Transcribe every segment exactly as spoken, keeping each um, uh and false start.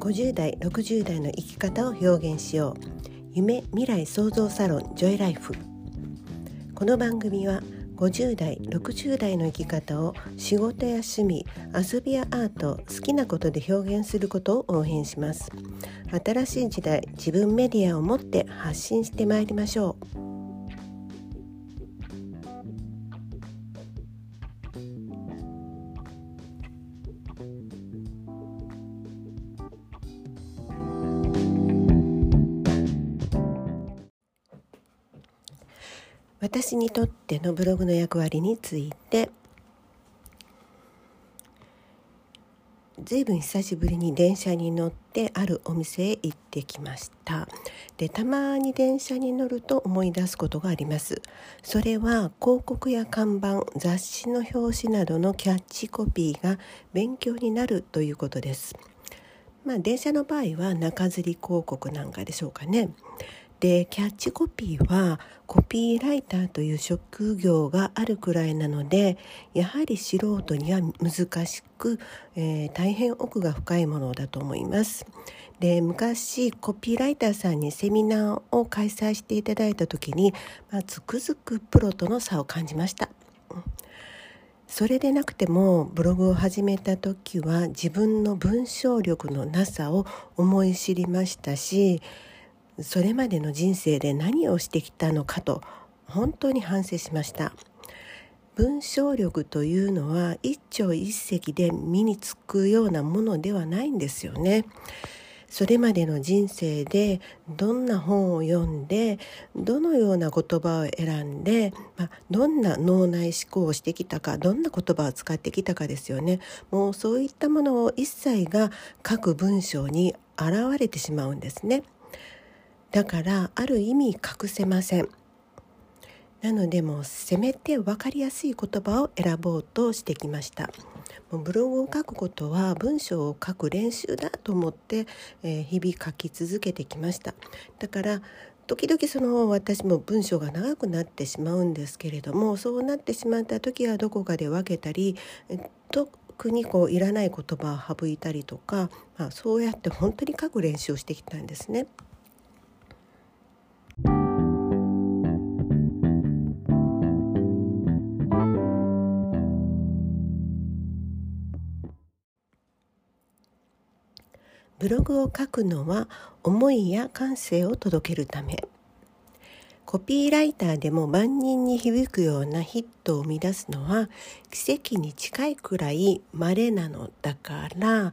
ごじゅう代ろくじゅう代の生き方を表現しよう。夢未来創造サロンジョイライフ。この番組はごじゅう代ろくじゅう代の生き方を仕事や趣味、遊びやアート、好きなことで表現することを応援します。新しい時代、自分メディアを持って発信してまいりましょう。私にとってのブログの役割について、ずいぶん久しぶりに電車に乗ってあるお店へ行ってきました。で、たまに電車に乗ると思い出すことがあります。それは広告や看板、雑誌の表紙などのキャッチコピーが勉強になるということです。まあ、電車の場合は中吊り広告なんかでしょうかね。で、キャッチコピーはコピーライターという職業があるくらいなので、やはり素人には難しく、えー、大変奥が深いものだと思います。で、昔コピーライターさんにセミナーを開催していただいた時に、まあ、つくづくプロとの差を感じました。それでなくてもブログを始めた時は自分の文章力のなさを思い知りましたし、それまでの人生で何をしてきたのかと本当に反省しました。文章力というのは一朝一夕で身につくようなものではないんですよね。それまでの人生でどんな本を読んで、どのような言葉を選んで、まあ、どんな脳内思考をしてきたか、どんな言葉を使ってきたかですよね。もうそういったものを一切が各文章に現れてしまうんですね。だからある意味隠せません。なのでもうせめて分かりやすい言葉を選ぼうとしてきました。もうブログを書くことは文章を書く練習だと思って、えー、日々書き続けてきました。だから時々その私も文章が長くなってしまうんですけれども、そうなってしまった時はどこかで分けたり、特にこういらない言葉を省いたりとか、まあ、そうやって本当に書く練習をしてきたんですね。ブログを書くのは思いや感性を届けるため。コピーライターでも万人に響くようなヒットを生み出すのは奇跡に近いくらい稀なのだから、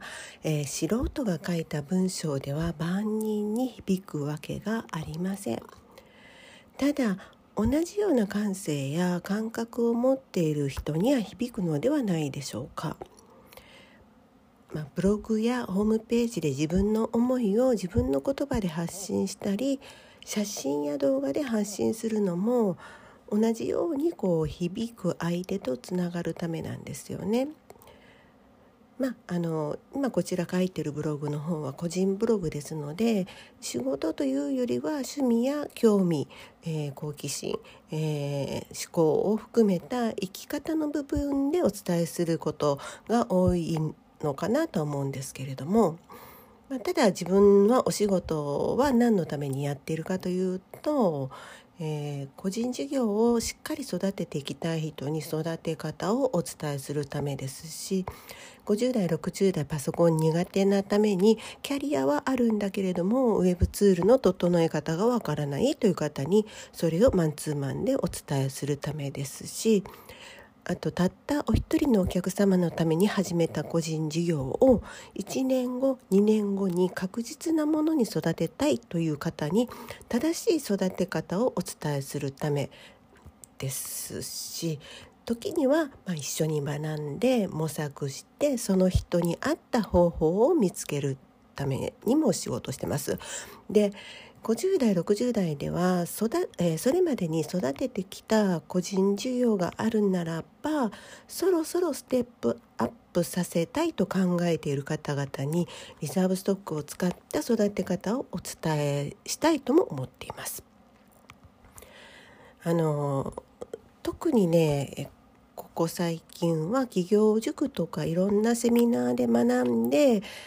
えー、素人が書いた文章では万人に響くわけがありません。ただ同じような感性や感覚を持っている人には響くのではないでしょうか。まあ、ブログやホームページで自分の思いを自分の言葉で発信したり、写真や動画で発信するのも同じようにこう響く相手とつながるためなんですよね。まあ、あの今こちら書いてるブログの方は個人ブログですので、仕事というよりは趣味や興味、えー、好奇心、えー、思考を含めた生き方の部分でお伝えすることが多いのかなと思うんですけれども、まあ、ただ自分はお仕事は何のためにやっているかというと、えー、個人事業をしっかり育てていきたい人に育て方をお伝えするためですし、ごじゅう代ろくじゅう代パソコン苦手なためにキャリアはあるんだけれどもウェブツールの整え方がわからないという方にそれをマンツーマンでお伝えするためですし、あとたったお一人のお客様のために始めた個人事業をいちねんごにねんごに確実なものに育てたいという方に正しい育て方をお伝えするためですし、時にはまあ一緒に学んで模索してその人に合った方法を見つけるためにも仕事してます。で、ごじゅう代ろくじゅう代では育、えー、それまでに育ててきた個人事業があるならば、そろそろステップアップさせたいと考えている方々にリザーブストックを使った育て方をお伝えしたいとも思っています。あの特にね、ここ最近は企業塾とかいろんなセミナーで学んで、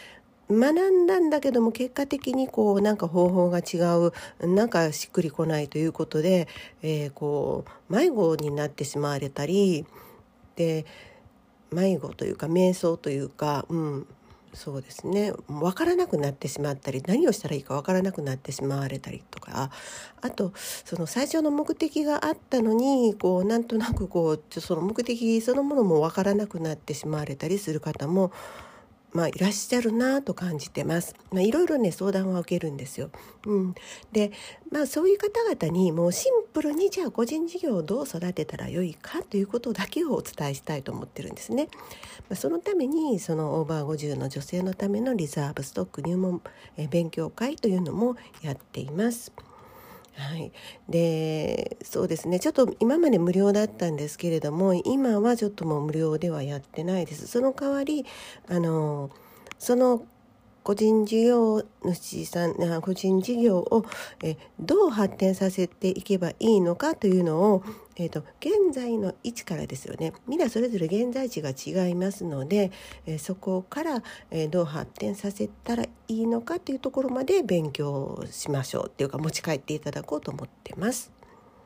学んだんだけども結果的にこうなんか方法が違う、なんかしっくりこないということで、えー、こう迷子になってしまわれたりで、迷子というか瞑想というか、うん、そうですね、分からなくなってしまったり、何をしたらいいか分からなくなってしまわれたりとか、あとその最初の目的があったのにこうなんとなくこうその目的そのものも分からなくなってしまわれたりする方もまあ、いらっしゃるなと感じてます。まあ、いろいろね相談は受けるんですよ。うん、で、まあ、そういう方々にもうシンプルにじゃあ個人事業をどう育てたらよいかということだけをお伝えしたいと思ってるんですね。まあ、そのためにそのオーバーごじゅうの女性のためのリザーブストック入門え勉強会というのもやっています。はい、でそうですね、ちょっと今まで無料だったんですけれども、今はちょっともう無料ではやってないです。その代わりあのその個人事業主さん個人事業をえどう発展させていけばいいのかというのを、えーと、現在の位置からですよね。みんなそれぞれ現在地が違いますので、えー、そこから、えー、どう発展させたらいいのかというところまで勉強しましょうっていうか持ち帰っていただこうと思ってます。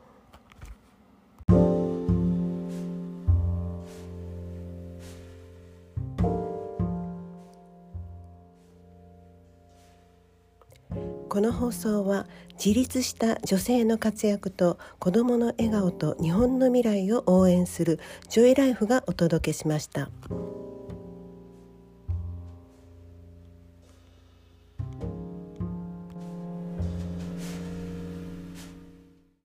この放送は自立した女性の活躍と子どもの笑顔と日本の未来を応援するジョイライフがお届けしました。